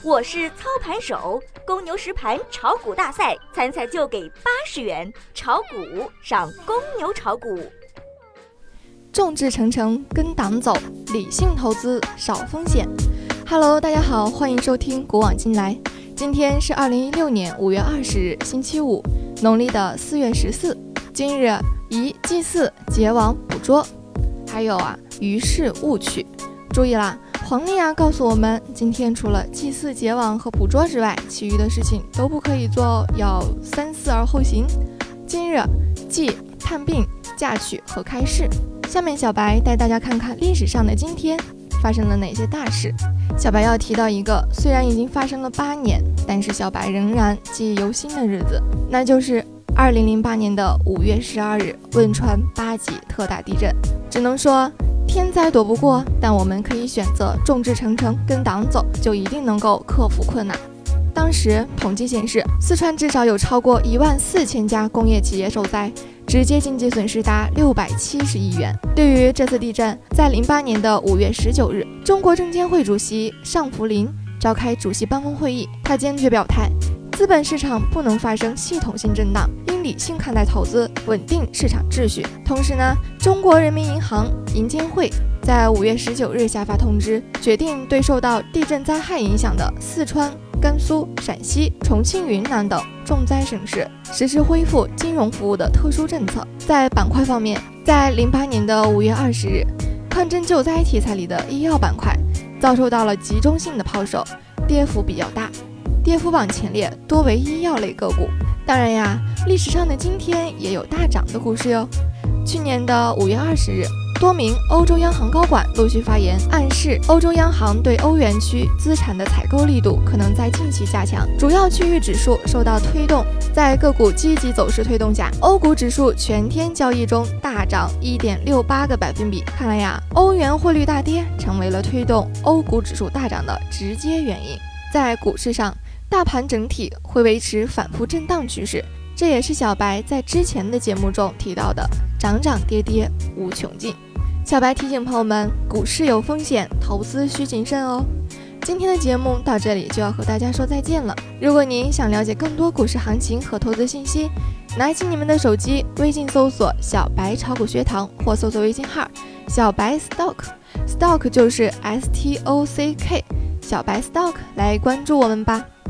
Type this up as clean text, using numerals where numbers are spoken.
我是操盘手，公牛实盘炒股大赛参赛就给80元，炒股上公牛炒股。 众志成城跟党走，理性投资少风险。Hello， 大家好，欢迎收听古往今来。今天是2016年5月20日，星期五，农历的4月14。今日宜祭祀、结网、捕捉，还有于事勿取。注意啦！黄历告诉我们，今天除了祭祀、结网和捕捉之外，其余的事情都不可以做哦，要三思而后行。今日祭、探病、嫁娶和开市。下面小白带大家看看历史上的今天发生了哪些大事。小白要提到一个虽然已经发生了8年，但是小白仍然记忆犹新的日子，那就是2008年的5月12日汶川8级特大地震。只能说天灾躲不过，但我们可以选择众志成城跟党走，就一定能够克服困难。当时统计显示，四川至少有超过14000家工业企业受灾，直接经济损失达670亿元。对于这次地震，在08年的5月19日，中国证监会主席尚福林召开主席办公会议，他坚决表态，资本市场不能发生系统性震荡，应理性看待投资，稳定市场秩序。同时呢，中国人民银行、银监会在5月19日下发通知，决定对受到地震灾害影响的四川、甘肃、陕西、重庆、云南等重灾省市实施恢复金融服务的特殊政策。在板块方面，在08年的5月20日，抗震救灾题材里的医药板块遭受到了集中性的抛售，跌幅比较大，跌幅榜前列多为医药类个股。当然呀，历史上的今天也有大涨的故事哟。去年的5月20日，多名欧洲央行高管陆续发言，暗示欧洲央行对欧元区资产的采购力度可能在近期加强，主要区域指数受到推动。在个股积极走势推动下，欧股指数全天交易中大涨1.68个百分比。看来呀，欧元汇率大跌成为了推动欧股指数大涨的直接原因。在股市上，大盘整体会维持反复震荡趋势，这也是小白在之前的节目中提到的涨涨跌跌无穷尽。小白提醒朋友们，股市有风险，投资需谨慎哦。今天的节目到这里就要和大家说再见了。如果您想了解更多股市行情和投资信息，拿起你们的手机，微信搜索小白炒股学堂，或搜索微信号小白 stock 就是 STOCK 小白 stock 来关注我们吧。